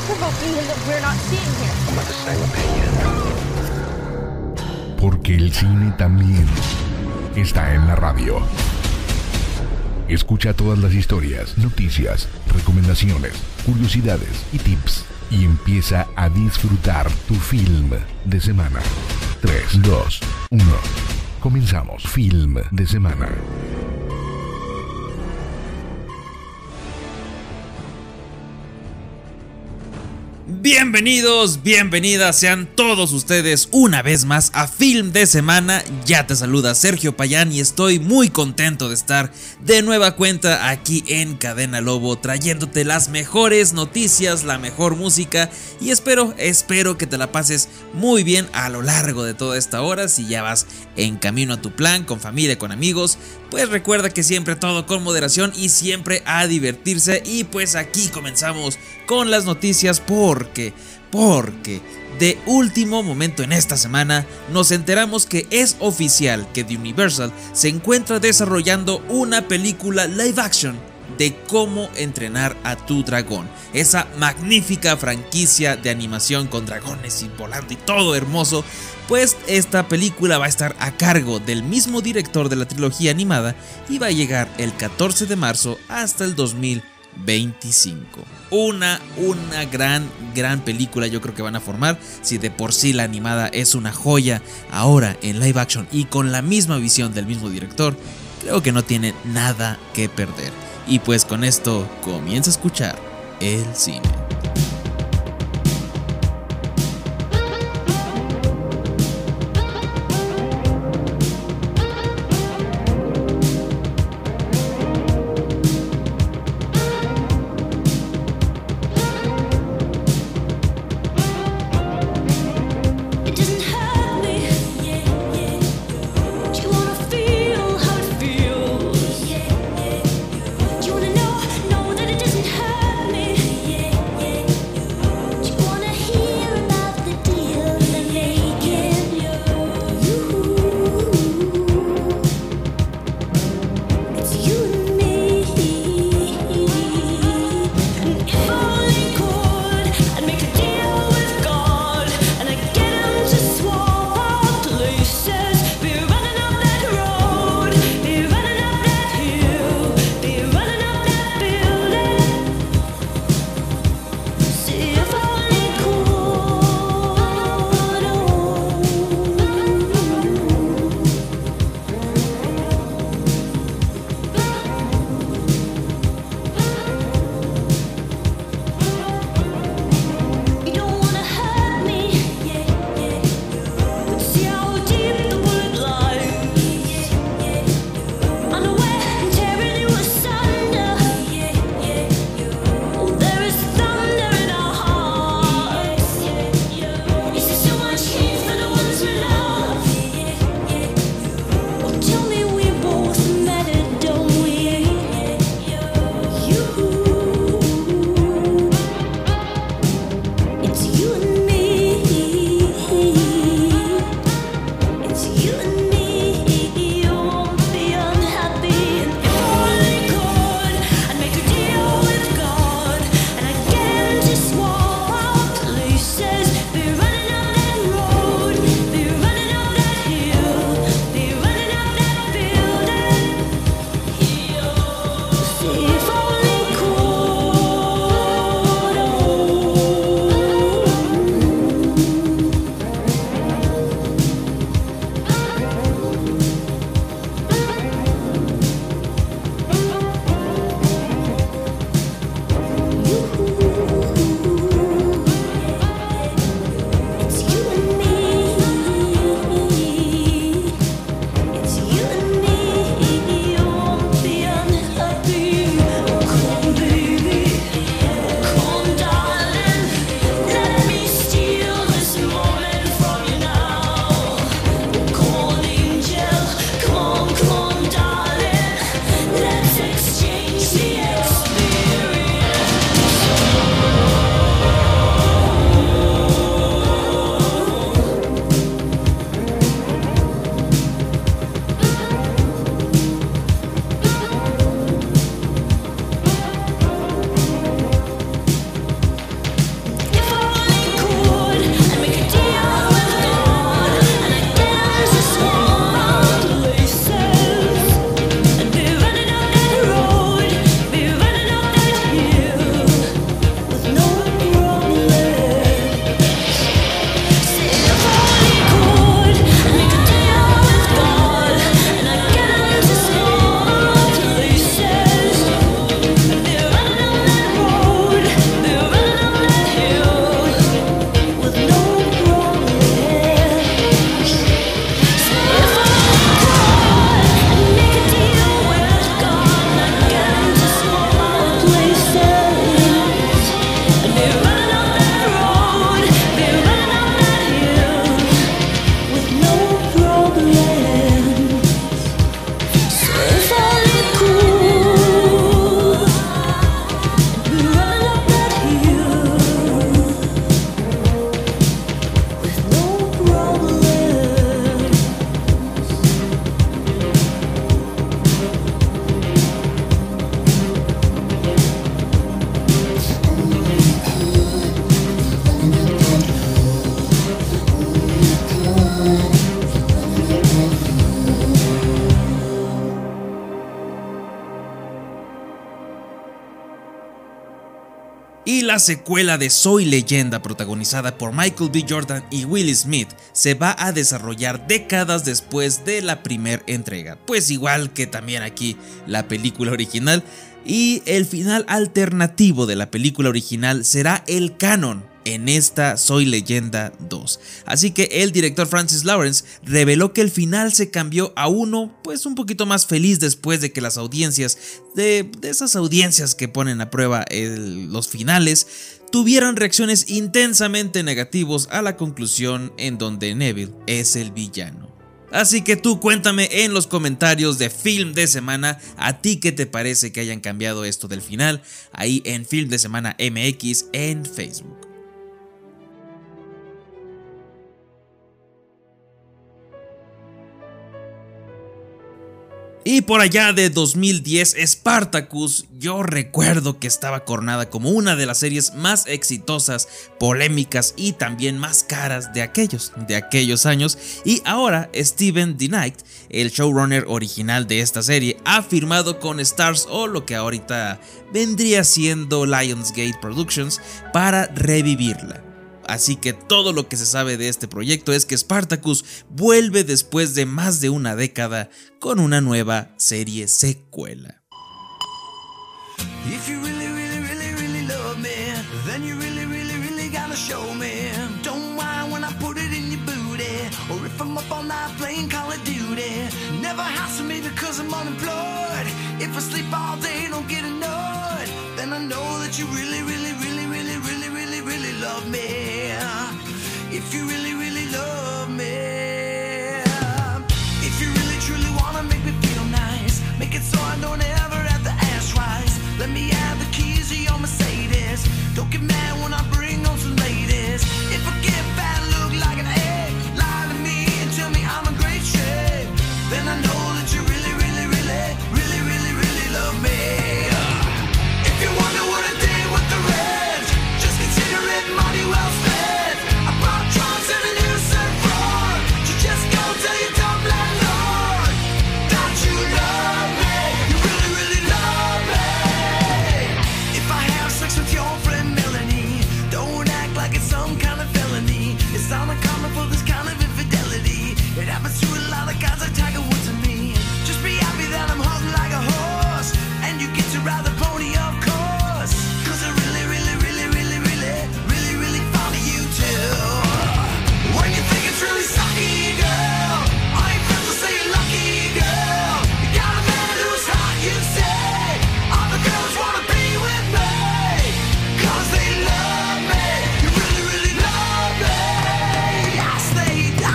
thought-provoking him that we're not seeing here. Porque el cine también está en la radio. Escucha todas las historias, noticias, recomendaciones, curiosidades y tips. Y empieza a disfrutar tu film de semana. 3, 2, 1. Comenzamos. Film de semana. Bienvenidos, bienvenidas sean todos ustedes una vez más a Film de Semana. Ya te saluda Sergio Payán y estoy muy contento de estar de nueva cuenta aquí en Cadena Lobo, trayéndote las mejores noticias, la mejor música y espero que te la pases muy bien a lo largo de toda esta hora. Si ya vas en camino a tu plan, con familia, con amigos, pues recuerda que siempre todo con moderación y siempre a divertirse. Y pues aquí comenzamos con las noticias porque de último momento en esta semana nos enteramos que es oficial que The Universal se encuentra desarrollando una película live action de Cómo entrenar a tu dragón, esa magnífica franquicia de animación con dragones y volando y todo hermoso. Pues esta película va a estar a cargo del mismo director de la trilogía animada y va a llegar el 14 de marzo hasta el 2025. Una gran película yo creo que van a formar. Si de por sí la animada es una joya, ahora en live action y con la misma visión del mismo director, creo que no tiene nada que perder. Y pues con esto comienza a escuchar el cine. Y la secuela de Soy Leyenda, protagonizada por Michael B. Jordan y Will Smith, se va a desarrollar décadas después de la primera entrega, pues igual que también aquí la película original, y el final alternativo de la película original será el canon en esta Soy Leyenda 2. Así que el director Francis Lawrence reveló que el final se cambió a uno pues un poquito más feliz después de que las audiencias de esas audiencias que ponen a prueba los finales tuvieran reacciones intensamente negativas a la conclusión en donde Neville es el villano. Así que tú cuéntame en los comentarios de Film de Semana a ti qué te parece que hayan cambiado esto del final ahí en Film de Semana MX en Facebook. Y por allá de 2010, Spartacus, yo recuerdo que estaba coronada como una de las series más exitosas, polémicas y también más caras de aquellos años. Y ahora Steven D. Knight, el showrunner original de esta serie, ha firmado con Starz, o lo que ahorita vendría siendo Lionsgate Productions, para revivirla. Así que todo lo que se sabe de este proyecto es que Spartacus vuelve después de más de una década con una nueva serie secuela. If you really, really, really, really love me, then you really, really, really gotta show me. Don't mind when I put it in your booty, or if I'm up all night playing Call of Duty. Never hassle me because I'm unemployed. If I sleep all day, don't get annoyed. Then I know that you really, really, really, really, really, really, really love me. If you really, really love me. If you really, truly wanna make me feel nice, make it so I don't ever have to ask twice. Let me have the keys to your Mercedes. Don't get mad when I bring on some ladies. If I get fat, look like an egg, lie to me and tell me I'm in great shape. Then I know that you really, really, really, really, really, really love me. If you wonder what I did with the rest, just consider it money well spent. I brought drugs and a new set fraud. You just go tell your dumb landlord that you love me. You really, really love me. If I have sex with your friend Melanie, don't act like it's some kind of felony. It's not uncommon for this kind of infidelity. It happens to a lot of guys like Tiger Woods and me. Just be happy that I'm hung like a horse, and you get to ride the pony, of course. Cause I really, really, really, really, really, really, really fond of you too. When you think it's really sucky, girl, I ain't felt to say you're lucky, girl. You got a man who's hot, you say. All the girls wanna be with me, cause they love me. You really, really love me. Yes, they do.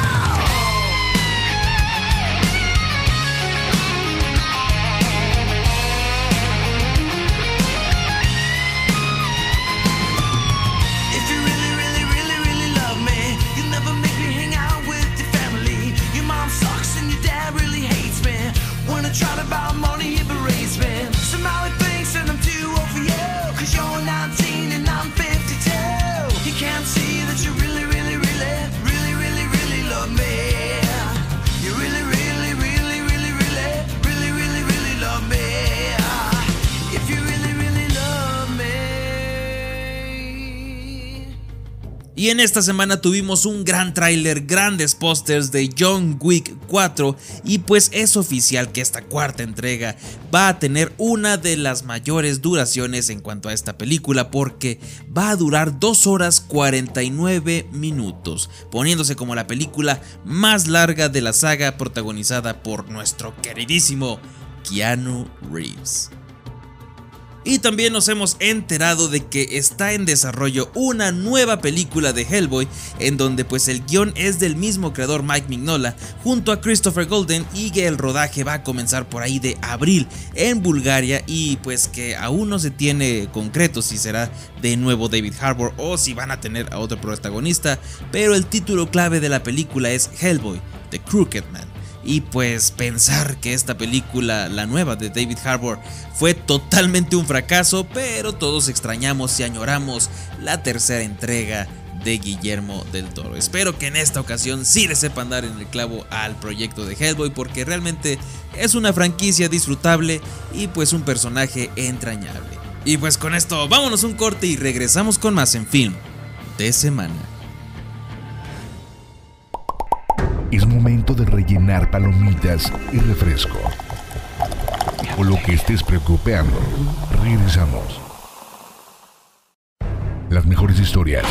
If you really, really, really, really love me, you never make me hang out with your family. Your mom sucks and your dad really hates me. When I try to borrow money, he berates me. Somehow he thinks that I'm too old for you, cause you're 19 and I'm 52. He can't see that you really, really, really, really, really, really love me. You really, really, really, really, really, really, really, really love me. If you really, really love me. Y en esta semana tuvimos un gran tráiler, grandes pósters de John Wick 4 y pues es oficial que esta cuarta entrega va a tener una de las mayores duraciones en cuanto a esta película, porque va a durar 2 horas 49 minutos, poniéndose como la película más larga de la saga, protagonizada por nuestro queridísimo Keanu Reeves. Y también nos hemos enterado de que está en desarrollo una nueva película de Hellboy, en donde pues el guión es del mismo creador Mike Mignola junto a Christopher Golden, y que el rodaje va a comenzar por ahí de abril en Bulgaria, y pues que aún no se tiene concreto si será de nuevo David Harbour o si van a tener a otro protagonista, pero el título clave de la película es Hellboy, The Crooked Man. Y pues pensar que esta película, la nueva de David Harbour, fue totalmente un fracaso, pero todos extrañamos y añoramos la tercera entrega de Guillermo del Toro. Espero que en esta ocasión sí le sepan dar en el clavo al proyecto de Hellboy, porque realmente es una franquicia disfrutable y pues un personaje entrañable. Y pues con esto, vámonos un corte y regresamos con más en Film de Semana. Es momento de rellenar palomitas y refresco. O lo que estés preocupando. Regresamos. Las mejores historias.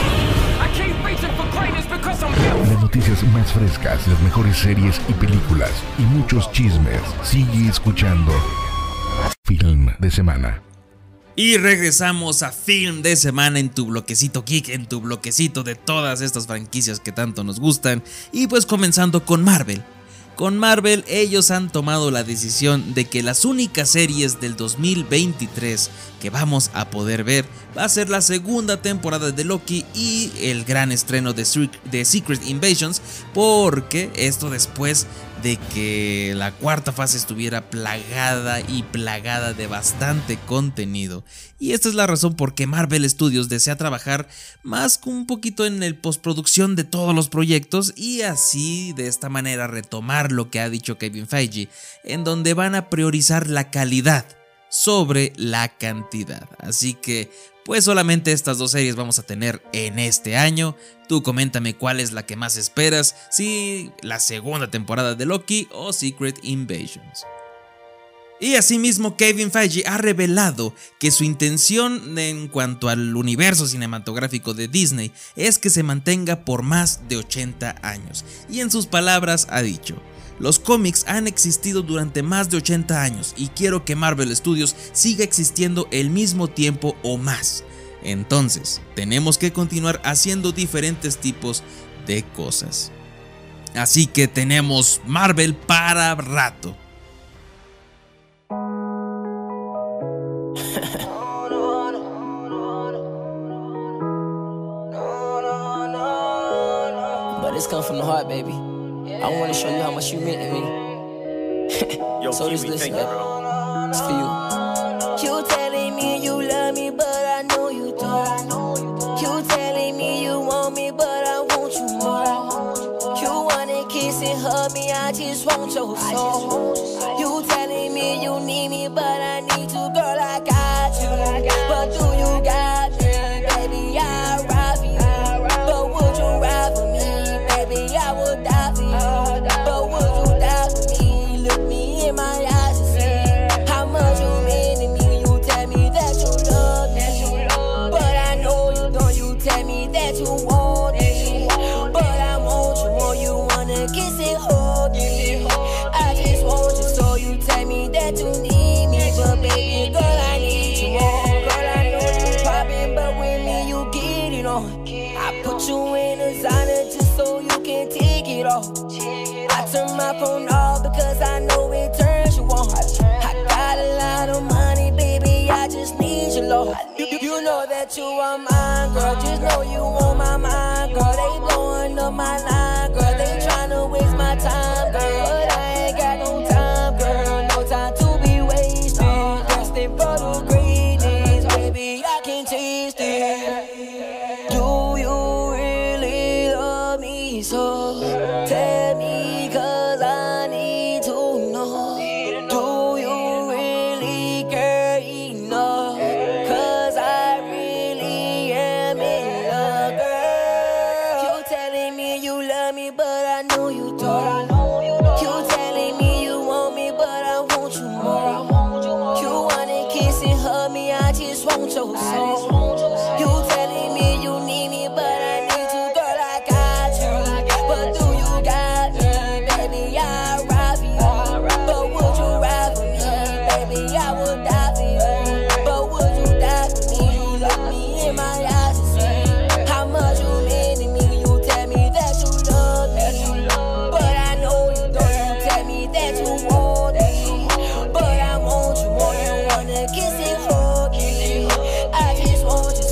Las noticias más frescas, las mejores series y películas y muchos chismes. Sigue escuchando Film de Semana. Y regresamos a Film de Semana en tu bloquecito geek, en tu bloquecito de todas estas franquicias que tanto nos gustan. Y pues comenzando con Marvel. Con Marvel ellos han tomado la decisión de que las únicas series del 2023 que vamos a poder ver va a ser la segunda temporada de Loki y el gran estreno de Secret Invasions, porque esto después de que la cuarta fase estuviera plagada de bastante contenido. Y esta es la razón por qué Marvel Studios desea trabajar más un poquito en el postproducción de todos los proyectos y así de esta manera retomar lo que ha dicho Kevin Feige, en donde van a priorizar la calidad sobre la cantidad. Así que pues solamente estas dos series vamos a tener en este año. Tú coméntame cuál es la que más esperas, si la segunda temporada de Loki o Secret Invasions. Y asimismo Kevin Feige ha revelado que su intención en cuanto al universo cinematográfico de Disney es que se mantenga por más de 80 años. Y en sus palabras ha dicho: los cómics han existido durante más de 80 años y quiero que Marvel Studios siga existiendo el mismo tiempo o más. Entonces, tenemos que continuar haciendo diferentes tipos de cosas. Así que tenemos Marvel para rato. But it's come from the heart, baby. I want to show you how much you meant to me. Yo, So Kiwi, just listen thank you, up. bro. It's for you. You telling me you love me, but I know you don't. You telling me you want me, but I want you more. You wanna kiss and hug me, I just want your soul. You telling me you need me, but I need you, girl, I got you. But do you got me, baby? I rob you. But would you ride for me, baby? I would die for you. But would you die for me? Look me in my eyes and see how much you mean to me. You tell me that you love me, but I know you don't. You tell me that you want me, but I want you more. You wanna kiss and hold me. I just want you, so you tell me that you need me, but baby girl, I need you more. Girl, I know you poppin', but with me you get it on. I put you in designer just so you can take it off. I turn my phone off because I know it turns you on. I got a lot of money, baby, I just need your love. You know that you are mine, girl, just know you on my mind, girl. They blowing up my line, girl, they tryna waste my time, girl. But I ain't got no time, girl, no time to be wasted. Destined for the greatness, baby, I can taste it. Do you really love me so? Tell me, cause I need to know. Do you really care enough? Cause I really am in love, girl. You telling me you love me, but I know you don't. You telling me you want me, but I want you more. You wanna kiss and hug me, I just want your soul. You telling me you need me, but I need you, girl, I got you. But do you got me, baby? I rob you. But would you ride for me, baby? I would die for you. But would you die for me? Look me in my eyes and see how much you mean to me. You tell me that you love me, but I know you don't. You tell me that you want me, but I want you more. You wanna kiss and hold me. I just want you,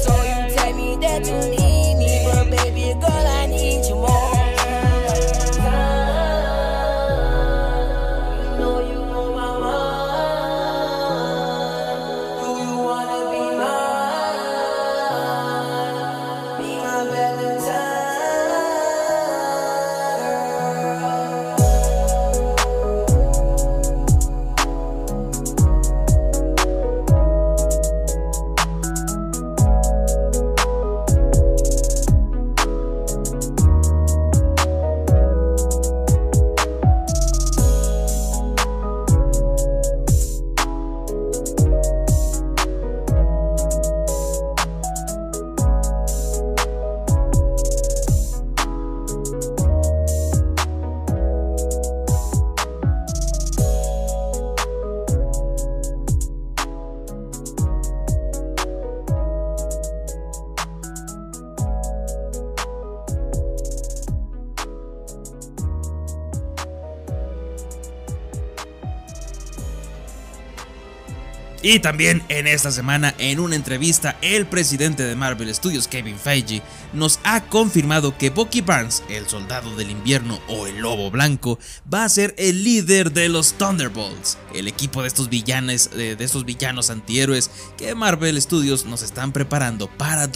Y también en esta semana, en una entrevista, el presidente de Marvel Studios, Kevin Feige, nos ha confirmado que Bucky Barnes, el soldado del invierno o el lobo blanco, va a ser el líder de los Thunderbolts, el equipo de estos villanos antihéroes que Marvel Studios nos están preparando para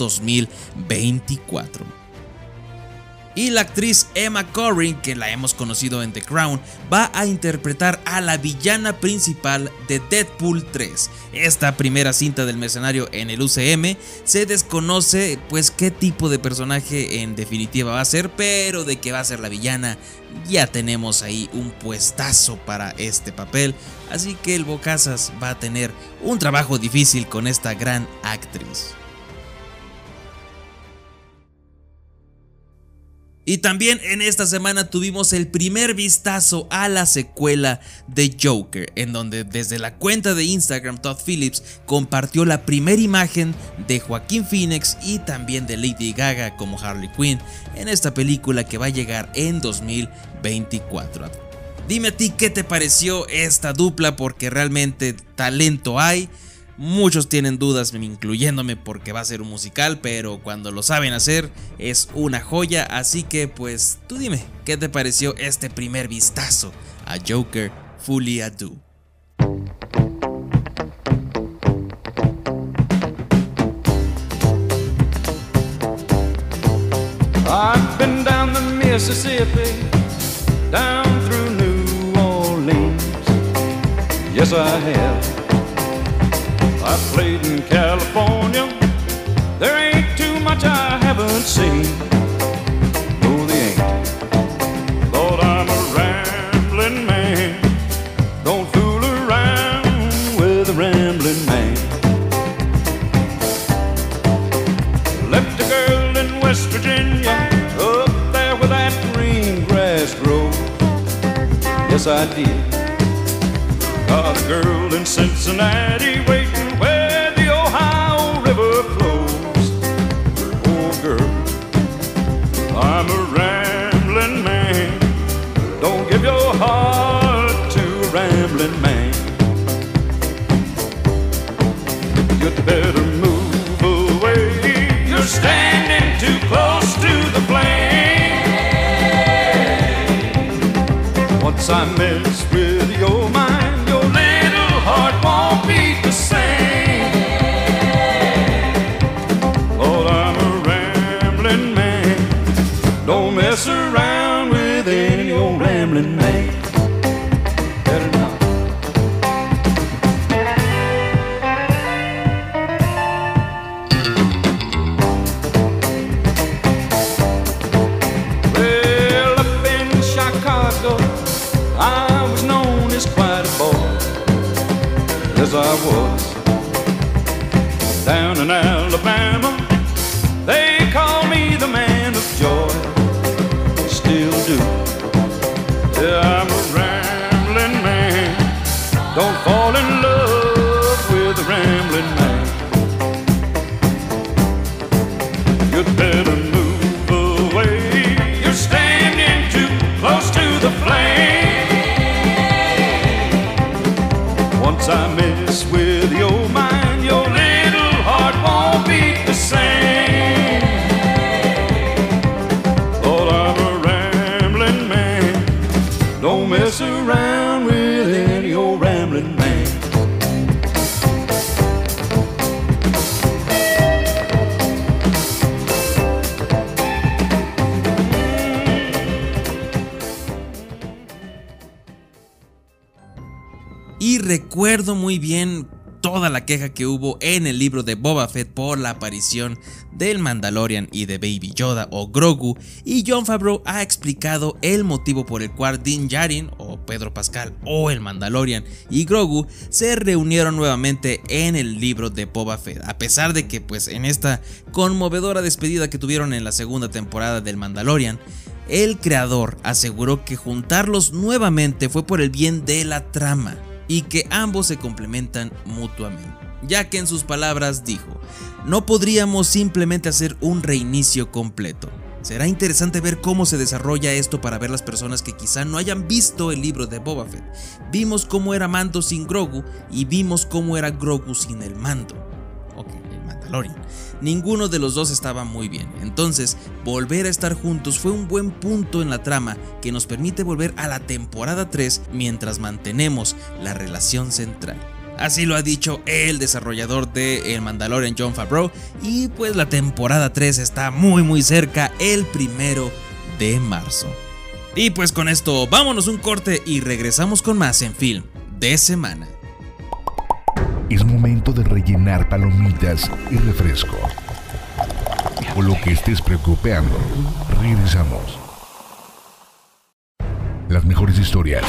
2024. Y la actriz Emma Corrin, que la hemos conocido en The Crown, va a interpretar a la villana principal de Deadpool 3. Esta primera cinta del mercenario en el UCM. Se desconoce pues qué tipo de personaje en definitiva va a ser, pero de que va a ser la villana ya tenemos ahí un puestazo para este papel. Así que el Bocazas va a tener un trabajo difícil con esta gran actriz. Y también en esta semana tuvimos el primer vistazo a la secuela de Joker, en donde desde la cuenta de Instagram Todd Phillips compartió la primera imagen de Joaquín Phoenix y también de Lady Gaga como Harley Quinn en esta película que va a llegar en 2024. Dime a ti qué te pareció esta dupla, porque realmente talento hay. Muchos tienen dudas, incluyéndome, porque va a ser un musical, pero cuando lo saben hacer es una joya. Así que pues tú dime, ¿qué te pareció este primer vistazo a Joker Folie à Deux? I've been down the Mississippi, down through New Orleans. Yes, I have. I played in California. There ain't too much I haven't seen. No, they ain't. Thought I'm a rambling man. Don't fool around with a rambling man. Left a girl in West Virginia, up there where that green grass grows. Yes, I did. Got a girl in Cincinnati waiting where the Ohio River flows. Oh girl, I'm a rambling man. Don't give your heart to a rambling man. You'd better move away. You're standing too close to the flame. Once I mess with your mind, your little heart won't beat the same. Lord, I'm a rambling man. Don't mess around with any old rambling man. Better not. Well, up in Chicago, I was known as quite a boy, as I was. Down in Alabama, they call me the man of joy, still do. Yeah, I'm a rambling man. Don't fall in love with a rambling man. You'd better move away. You're standing too close to the flame. Once I mess with your mind, your little heart won't beat the same. Lord, I'm a rambling man. Don't mess around with any old rambling man. Y recuerdo muy bien toda la queja que hubo en el libro de Boba Fett por la aparición del Mandalorian y de Baby Yoda o Grogu, y Jon Favreau ha explicado el motivo por el cual Din Djarin o Pedro Pascal o el Mandalorian y Grogu se reunieron nuevamente en el libro de Boba Fett, a pesar de que pues en esta conmovedora despedida que tuvieron en la segunda temporada del Mandalorian, el creador aseguró que juntarlos nuevamente fue por el bien de la trama y que ambos se complementan mutuamente, ya que en sus palabras dijo: no podríamos simplemente hacer un reinicio completo, Será interesante ver cómo se desarrolla esto para ver las personas que quizá no hayan visto el libro de Boba Fett. Vimos cómo era Mando sin Grogu y vimos cómo era Grogu sin el Mando. Ok, el Mandalorian. Ninguno de los dos estaba muy bien, entonces volver a estar juntos fue un buen punto en la trama que nos permite volver a la temporada 3 mientras mantenemos la relación central. Así lo ha dicho el desarrollador de El Mandalorian, Jon Favreau, y pues la temporada 3 está muy cerca, el 1 de marzo. Y pues con esto vámonos un corte y regresamos con más en Film de Semana. Es momento de rellenar palomitas y refresco. O lo que estés preocupando, regresamos. Las mejores historias,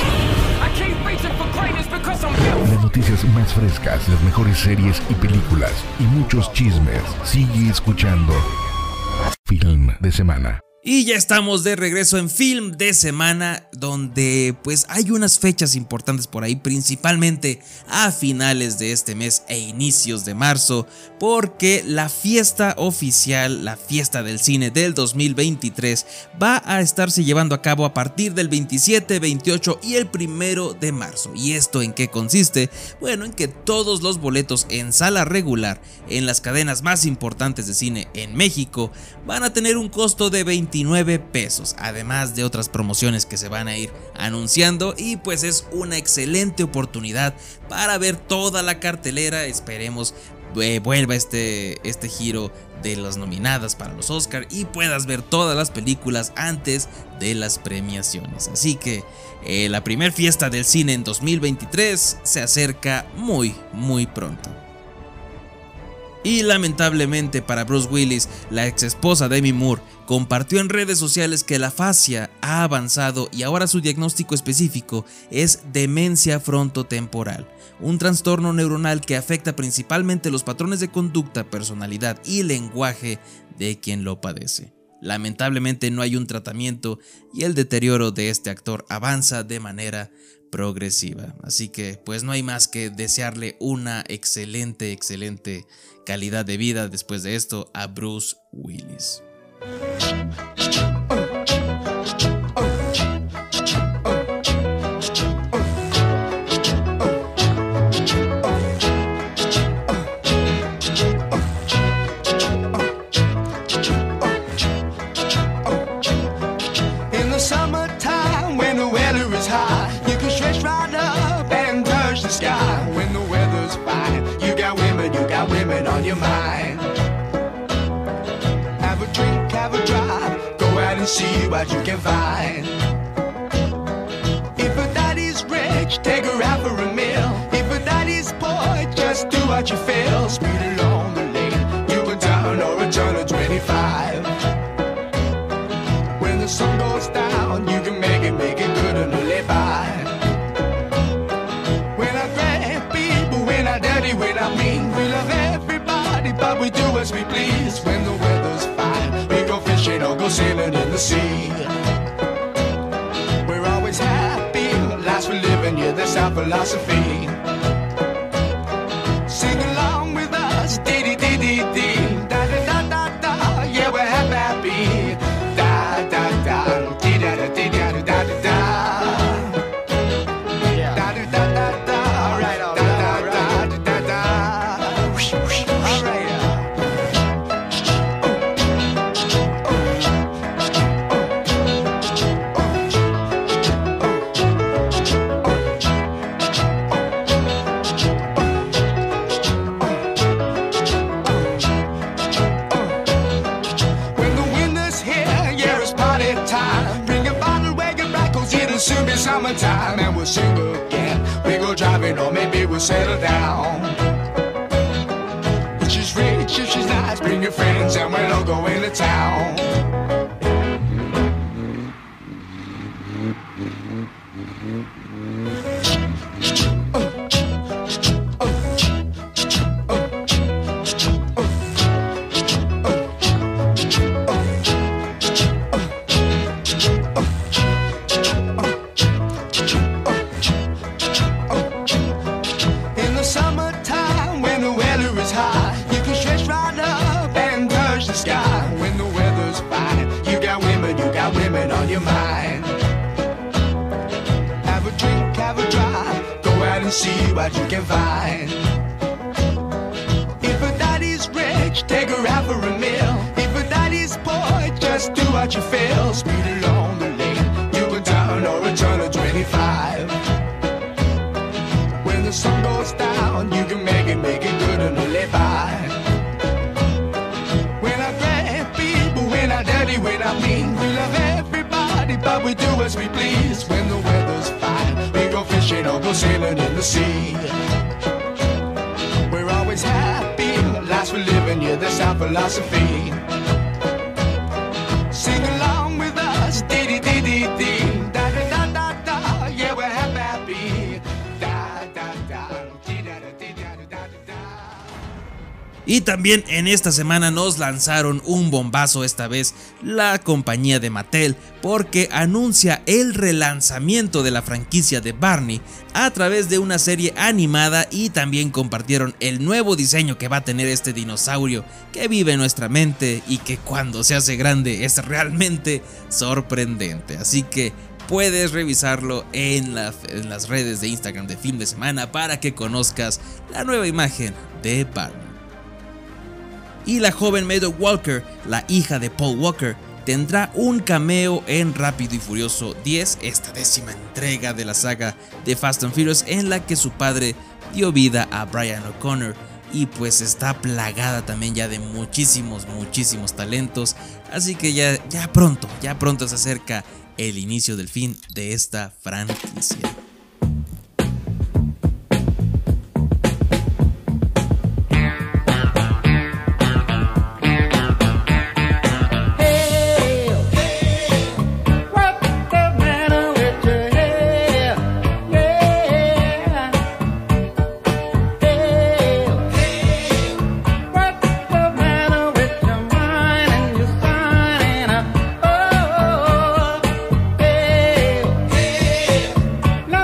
las noticias más frescas, las mejores series y películas y muchos chismes. Sigue escuchando Film de Semana. Y ya estamos de regreso en Film de Semana, donde pues hay unas fechas importantes por ahí, principalmente a finales de este mes e inicios de marzo, porque la fiesta oficial, la fiesta del cine del 2023, va a estarse llevando a cabo a partir del 27, 28 y el 1 de marzo. ¿Y esto en qué consiste? Bueno, en que todos los boletos en sala regular en las cadenas más importantes de cine en México van a tener un costo de 29 pesos, además de otras promociones que se van a ir anunciando, y pues es una excelente oportunidad para ver toda la cartelera. Esperemos vuelva este giro de las nominadas para los Oscar y puedas ver todas las películas antes de las premiaciones. Así que la primer fiesta del cine en 2023 se acerca muy pronto. Y lamentablemente para Bruce Willis, la ex esposa de Demi Moore compartió en redes sociales que la afasia ha avanzado y ahora su diagnóstico específico es demencia frontotemporal, un trastorno neuronal que afecta principalmente los patrones de conducta, personalidad y lenguaje de quien lo padece. Lamentablemente no hay un tratamiento y el deterioro de este actor avanza de manera progresiva. Así que pues no hay más que desearle una excelente calidad de vida después de esto a Bruce Willis. Women on your mind. Have a drink, have a drive, go out and see what you can find. If a daddy's rich, take her out for a meal. If a daddy's poor, just do what you feel. Speed along the lane, you can down or return to 25. When the sun goes down, you can make it good and live by. When I grab people, when I dirty, when I mean, we love everybody, but we do as we please. When the weather's fine, we go fishing or go sailing in the sea. We're always happy, life's for living, yeah, that's our philosophy. Sing along with us, dee-dee-dee-dee-dee, da-da-da-da-da, yeah, we're happy, da-da-da, dee-da-da-dee-da-da-da-da. Soon be summertime and we'll sing again. We go driving or maybe we'll settle down. If she's rich, if she's nice, bring your friends and we'll all go into town. see what you can find. If a daddy's rich, take her out for a meal. If a daddy's poor, just do what you feel. Speed along the lane, you can turn or a turn of 25. When the sun goes down, you can make it good and live by. We're not great people, we're not dirty, we're not mean. We love everybody, but we do as we please. When the weather's fine, we go fishing or go sailing in the sea. We're always happy, lives we're living, yeah, that's our philosophy. Sing along with us, dee-dee-dee-dee-dee. Da-da-da-da-da, yeah, we're happy. Y también en esta semana nos lanzaron un bombazo, esta vez la compañía de Mattel, porque anuncia el relanzamiento de la franquicia de Barney a través de una serie animada, y también compartieron el nuevo diseño que va a tener este dinosaurio que vive en nuestra mente y que cuando se hace grande es realmente sorprendente. Así que puedes revisarlo en las redes de Instagram de Film de Semana para que conozcas la nueva imagen de Barney. Y la joven Meadow Walker, la hija de Paul Walker, tendrá un cameo en Rápido y Furioso 10, esta 10ª entrega de la saga de Fast and Furious, en la que su padre dio vida a Brian O'Connor, y pues está plagada también ya de muchísimos talentos. Así que ya pronto se acerca el inicio del fin de esta franquicia. La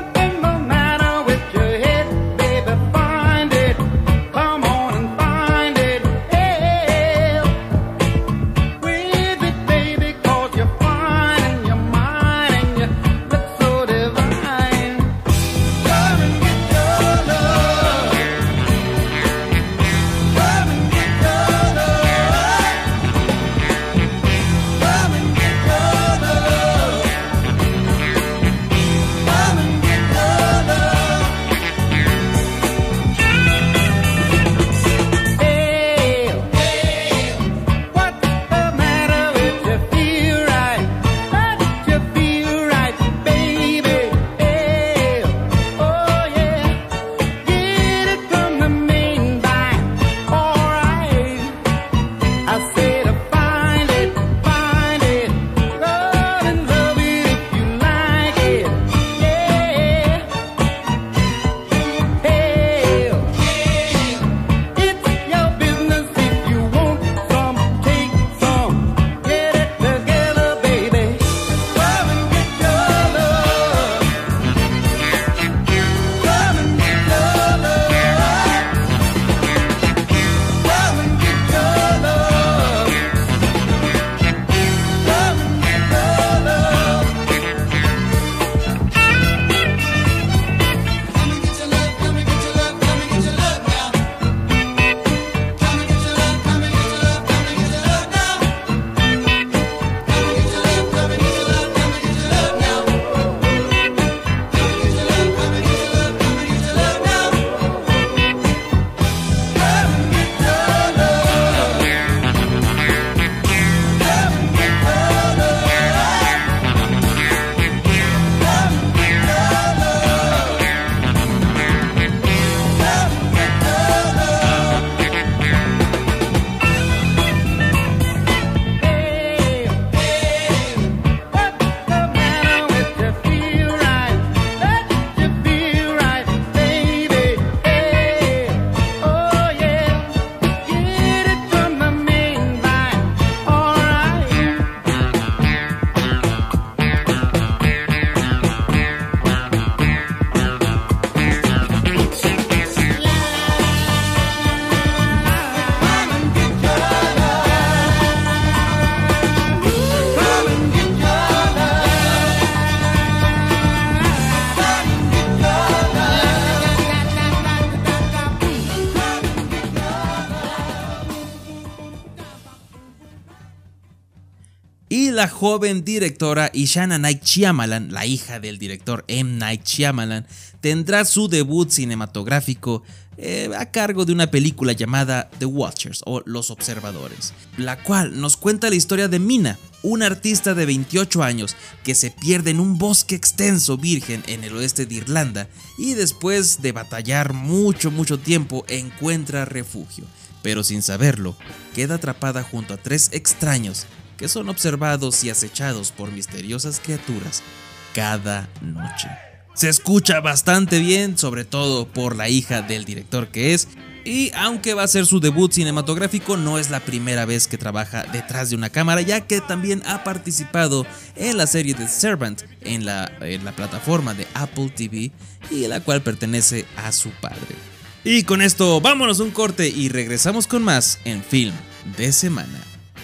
Y la joven directora Ishana Night Shyamalan, la hija del director M. Night Shyamalan, tendrá su debut cinematográfico a cargo de una película llamada The Watchers o Los Observadores, la cual nos cuenta la historia de Mina, una artista de 28 años que se pierde en un bosque extenso virgen en el oeste de Irlanda y después de batallar mucho tiempo encuentra refugio, pero sin saberlo queda atrapada junto a 3 extraños que son observados y acechados por misteriosas criaturas cada noche. Se escucha bastante bien, sobre todo por la hija del director que es, y aunque va a ser su debut cinematográfico, no es la primera vez que trabaja detrás de una cámara, ya que también ha participado en la serie The Servant en la plataforma de Apple TV, y la cual pertenece a su padre. Y con esto vámonos a un corte y regresamos con más en Film de Semana.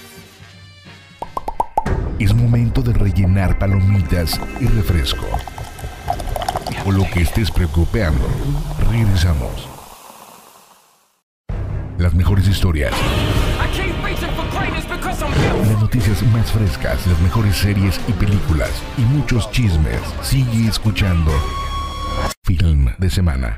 Es momento de rellenar palomitas y refresco. O lo que estés preocupando. Regresamos. Las mejores historias. Las noticias más frescas, las mejores series y películas y muchos chismes. Sigue escuchando Film de Semana.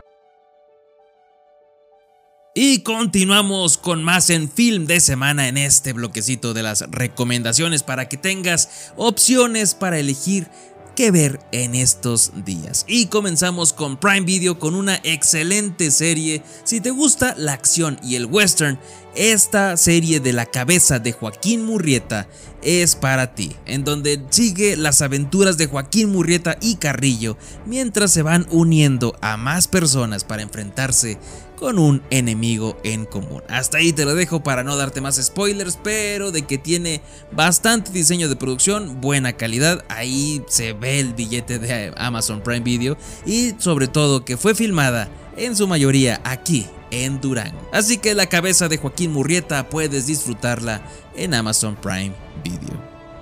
Y continuamos con más en Film de Semana en este bloquecito de las recomendaciones para que tengas opciones para elegir qué ver en estos días. Y comenzamos con Prime Video con una excelente serie. Si te gusta la acción y el western, esta serie de La cabeza de Joaquín Murrieta es para ti, en donde sigue las aventuras de Joaquín Murrieta y Carrillo mientras se van uniendo a más personas para enfrentarse con un enemigo en común. Hasta ahí te lo dejo para no darte más spoilers, pero de que tiene bastante diseño de producción, buena calidad, ahí se ve el billete de Amazon Prime Video y sobre todo que fue filmada en su mayoría aquí en Durango. Así que La cabeza de Joaquín Murrieta puedes disfrutarla en Amazon Prime Video.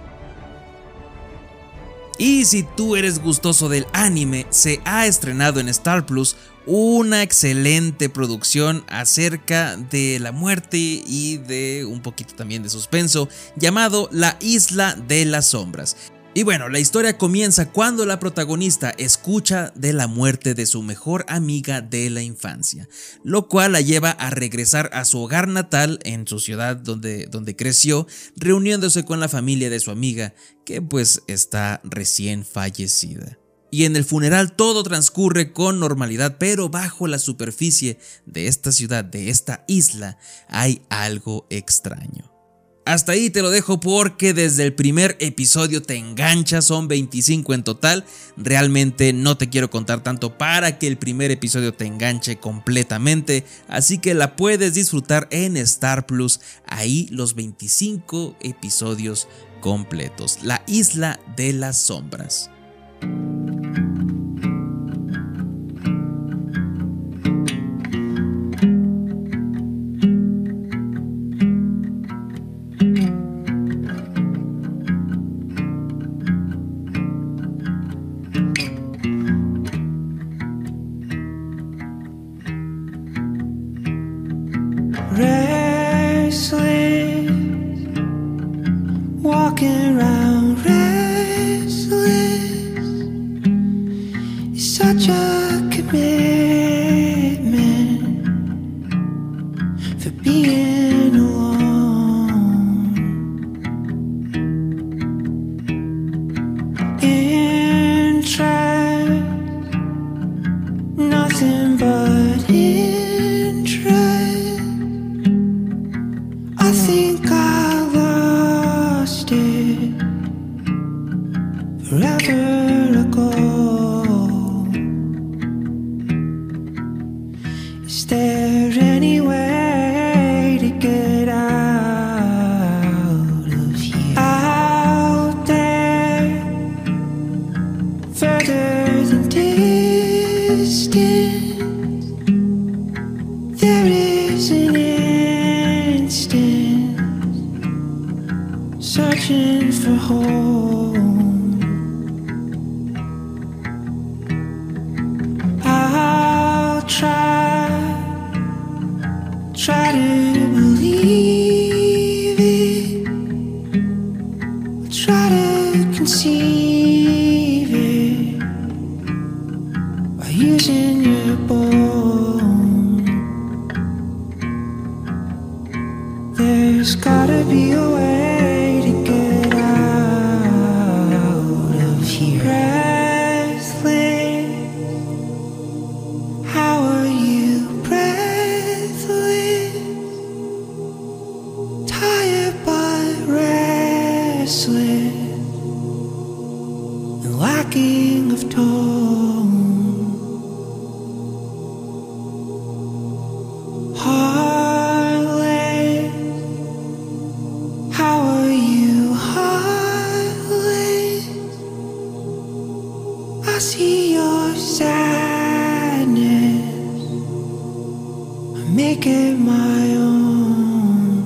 Y si tú eres gustoso del anime, se ha estrenado en Star Plus una excelente producción acerca de la muerte y de un poquito también de suspenso, llamado La Isla de las Sombras. Y bueno, la historia comienza cuando la protagonista escucha de la muerte de su mejor amiga de la infancia, lo cual la lleva a regresar a su hogar natal en su ciudad donde creció, reuniéndose con la familia de su amiga, que pues está recién fallecida. Y en el funeral todo transcurre con normalidad, pero bajo la superficie de esta ciudad, de esta isla, hay algo extraño. Hasta ahí te lo dejo porque desde el primer episodio te engancha, son 25 en total. Realmente no te quiero contar tanto para que el primer episodio te enganche completamente, así que la puedes disfrutar en Star Plus, ahí los 25 episodios completos. La Isla de las Sombras. Restless, walking around restless. It's such a commitment for being alone. Interest, nothing but interest. I think I lost it forever ago. Is there any way to get out of here? Out there, further than distance, there is an instant searching for home. I'll try to believe it. I'll There's gotta be a way to get out of here. Breathless, how are you breathless? Tired but restless, and lacking of tone. Heartless, how are you heartless? I see your sadness, I make it my own.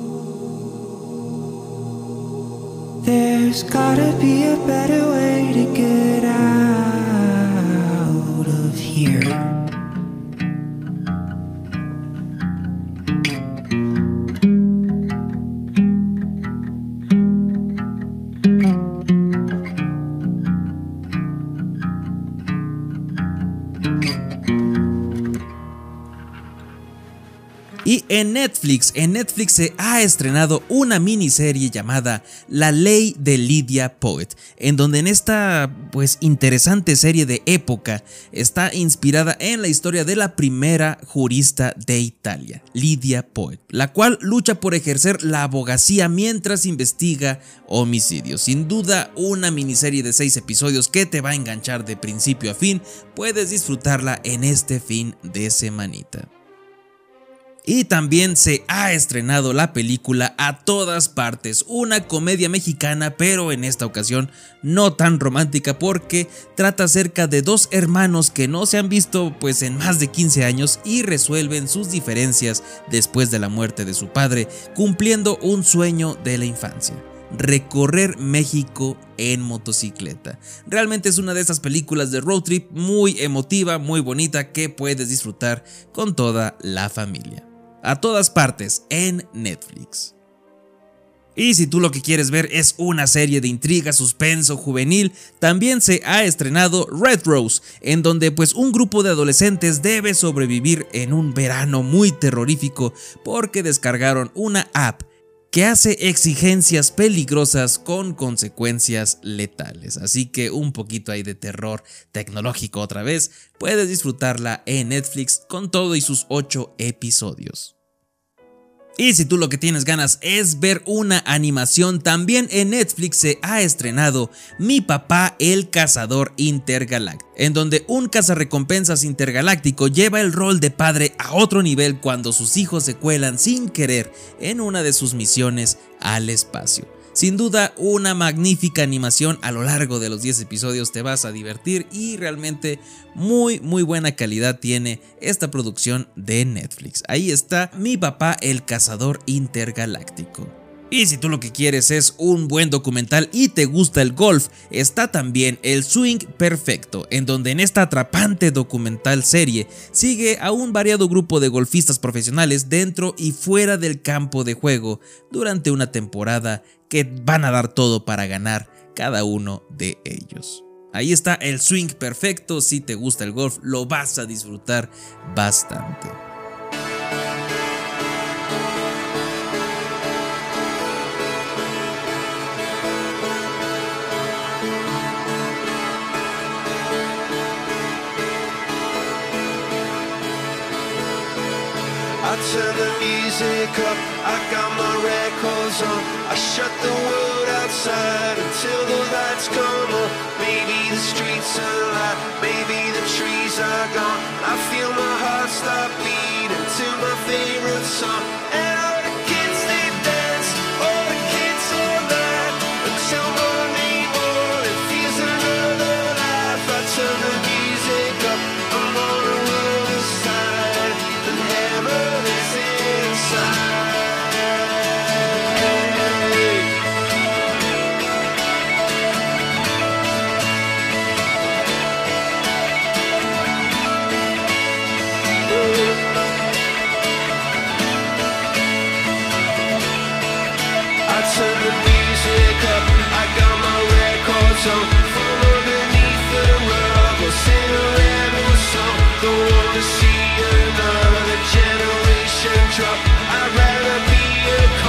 There's gotta be a better way to get out of here. Y en Netflix se ha estrenado una miniserie llamada La Ley de Lydia Poet, en donde en esta interesante serie de época está inspirada en la historia de la primera jurista de Italia, Lydia Poet, la cual lucha por ejercer la abogacía mientras investiga homicidios. Sin duda una miniserie de 6 episodios que te va a enganchar de principio a fin. Puedes disfrutarla en este fin de semanita. Y también se ha estrenado la película A Todas Partes, una comedia mexicana, pero en esta ocasión no tan romántica, porque trata acerca de dos hermanos que no se han visto en más de 15 años y resuelven sus diferencias después de la muerte de su padre, cumpliendo un sueño de la infancia: recorrer México en motocicleta. Realmente es una de esas películas de road trip muy emotiva, muy bonita, que puedes disfrutar con toda la familia. A Todas Partes en Netflix. Y si tú lo que quieres ver es una serie de intriga, suspenso, juvenil, también se ha estrenado Red Rose, en donde un grupo de adolescentes debe sobrevivir en un verano muy terrorífico porque descargaron una app que hace exigencias peligrosas con consecuencias letales. Así que un poquito ahí de terror tecnológico otra vez. Puedes disfrutarla en Netflix con todo y sus 8 episodios. Y si tú lo que tienes ganas es ver una animación, también en Netflix se ha estrenado Mi Papá el Cazador Intergaláctico, en donde un cazarrecompensas intergaláctico lleva el rol de padre a otro nivel cuando sus hijos se cuelan sin querer en una de sus misiones al espacio. Sin duda una magnífica animación. A lo largo de los 10 episodios te vas a divertir y realmente muy buena calidad tiene esta producción de Netflix. Ahí está Mi Papá el Cazador Intergaláctico. Y si tú lo que quieres es un buen documental y te gusta el golf, está también El Swing Perfecto, en donde en esta atrapante documental serie sigue a un variado grupo de golfistas profesionales dentro y fuera del campo de juego durante una temporada que van a dar todo para ganar cada uno de ellos. Ahí está El Swing Perfecto. Si te gusta el golf, lo vas a disfrutar bastante. I turn the music up, I got my records on. I shut the world outside until the lights come on. Maybe the streets are alive, maybe the trees are gone. I feel my heart start beating to my favorite song. And all the kids they dance, all the kids all night, until Monday morning feels another life. I turn the music up, I'm on the other side. The heaven is inside. I turn the music up, I got my records on. From underneath the rug, I'll sing a rebel song. Don't wanna see another generation drop. I'd rather be a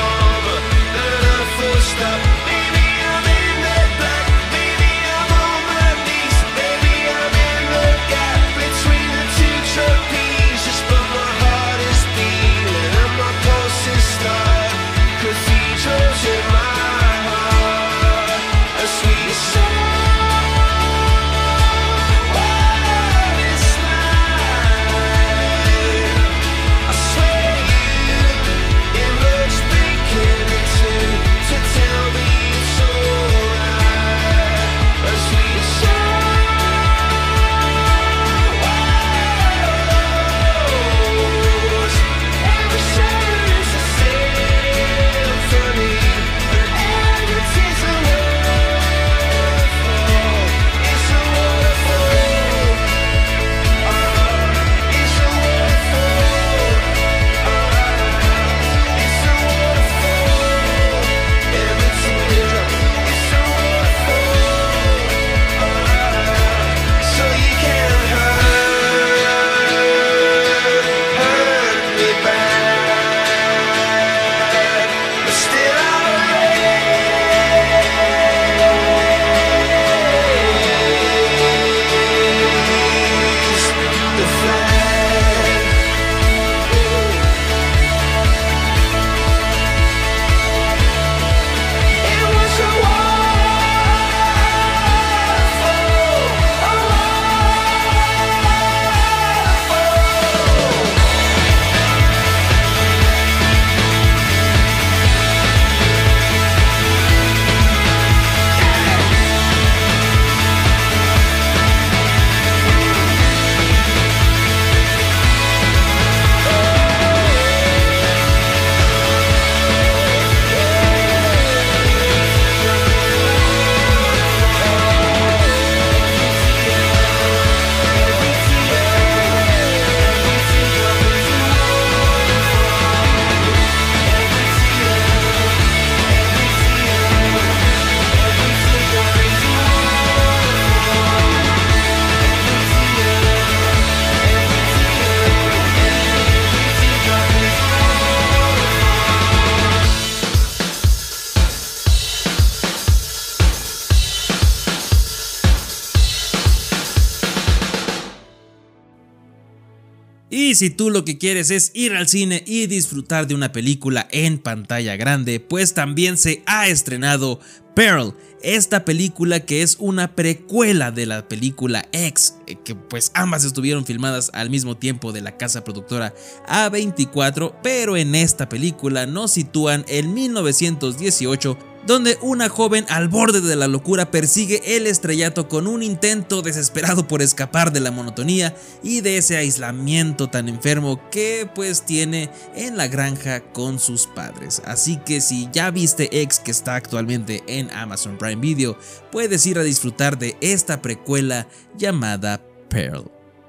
Y si tú lo que quieres es ir al cine y disfrutar de una película en pantalla grande, pues también se ha estrenado Pearl, esta película que es una precuela de la película X, que pues ambas estuvieron filmadas al mismo tiempo de la casa productora A24, pero en esta película nos sitúan en 1918, donde una joven al borde de la locura persigue el estrellato con un intento desesperado por escapar de la monotonía y de ese aislamiento tan enfermo que pues tiene en la granja con sus padres. Así que si ya viste X, que está actualmente en Amazon Prime Video, puedes ir a disfrutar de esta precuela llamada Pearl.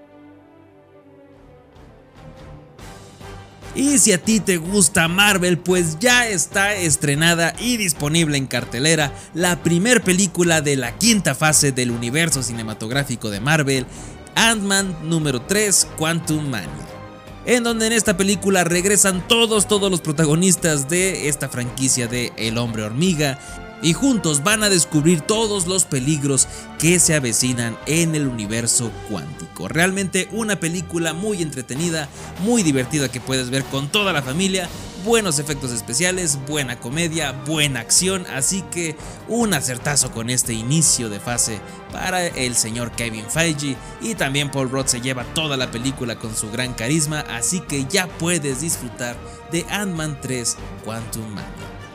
Y si a ti te gusta Marvel, pues ya está estrenada y disponible en cartelera la primer película de la quinta fase del universo cinematográfico de Marvel, Ant-Man número 3, Quantumania, en donde en esta película regresan todos los protagonistas de esta franquicia de El Hombre Hormiga, y juntos van a descubrir todos los peligros que se avecinan en el universo cuántico. Realmente una película muy entretenida, muy divertida, que puedes ver con toda la familia. Buenos efectos especiales, buena comedia, buena acción, así que un acertazo con este inicio de fase para el señor Kevin Feige, y también Paul Rudd se lleva toda la película con su gran carisma, así que ya puedes disfrutar de Ant-Man 3 Quantumania.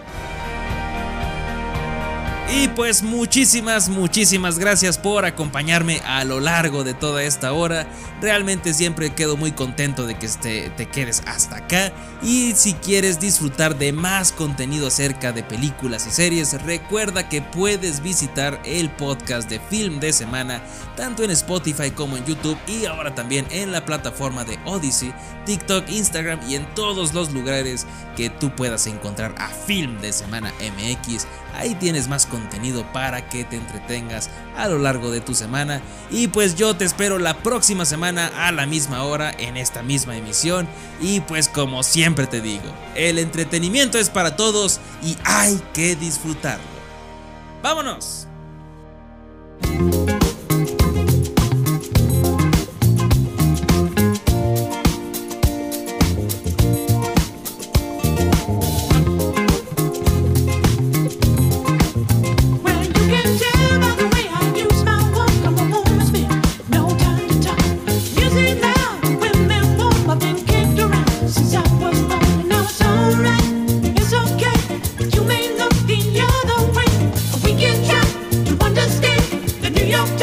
Y pues muchísimas gracias por acompañarme a lo largo de toda esta hora. Realmente siempre quedo muy contento de que te quedes hasta acá. Y si quieres disfrutar de más contenido acerca de películas y series, recuerda que puedes visitar el podcast de Film de Semana, tanto en Spotify como en YouTube, y ahora también en la plataforma de Odyssey, TikTok, Instagram y en todos los lugares que tú puedas encontrar a Film de Semana MX. Ahí tienes más contenido para que te entretengas a lo largo de tu semana. Y pues yo te espero la próxima semana a la misma hora en esta misma emisión. Y pues como siempre te digo, el entretenimiento es para todos y hay que disfrutarlo. ¡Vámonos! New York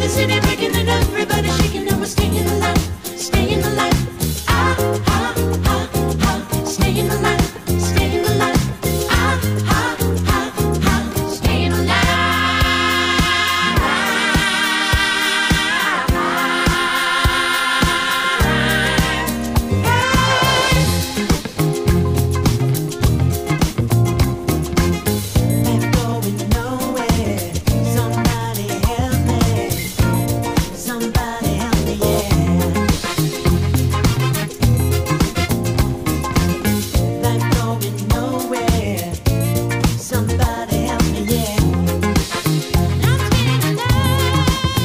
dancing and breaking it up, everybody shaking and we're staying alive, staying alive. Ah, ah, ah, ah, staying alive, staying alive. Ah, ah, ah, ah, staying alive. I'm going nowhere. Somebody help me. Somebody help me, yeah. I'm going nowhere. Somebody help me, yeah. I'm staying alive.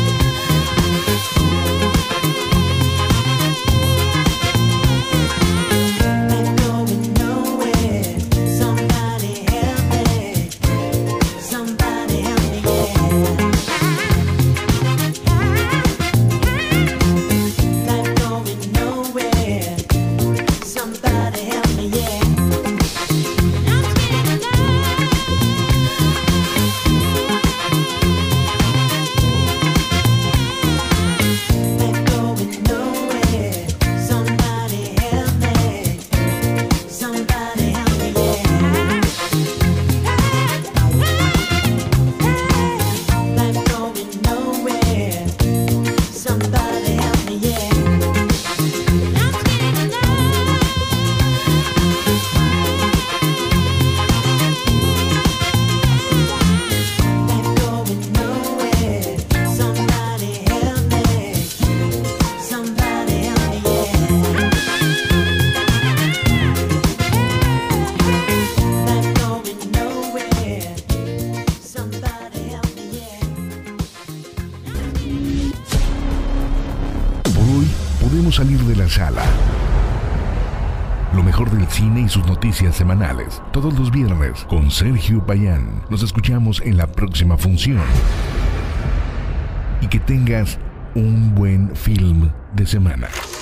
I'm going nowhere. Somebody help me. Somebody help me, yeah. I'm going nowhere. Somebody help me, yeah. I'm staying alive. I'm going nowhere. Somebody help me. Somebody help me, yeah. I'm going nowhere. Somebody help me, yeah. I'm staying alive. I'm going nowhere. Somebody help me. Somebody help me, yeah. I'm going nowhere. Somebody help me, yeah. Por hoy podemos salir de la sala. Lo mejor del cine y sus noticias semanales. Todos los viernes con Sergio Payán. Nos escuchamos en la próxima función. Y que tengas un buen film de semana.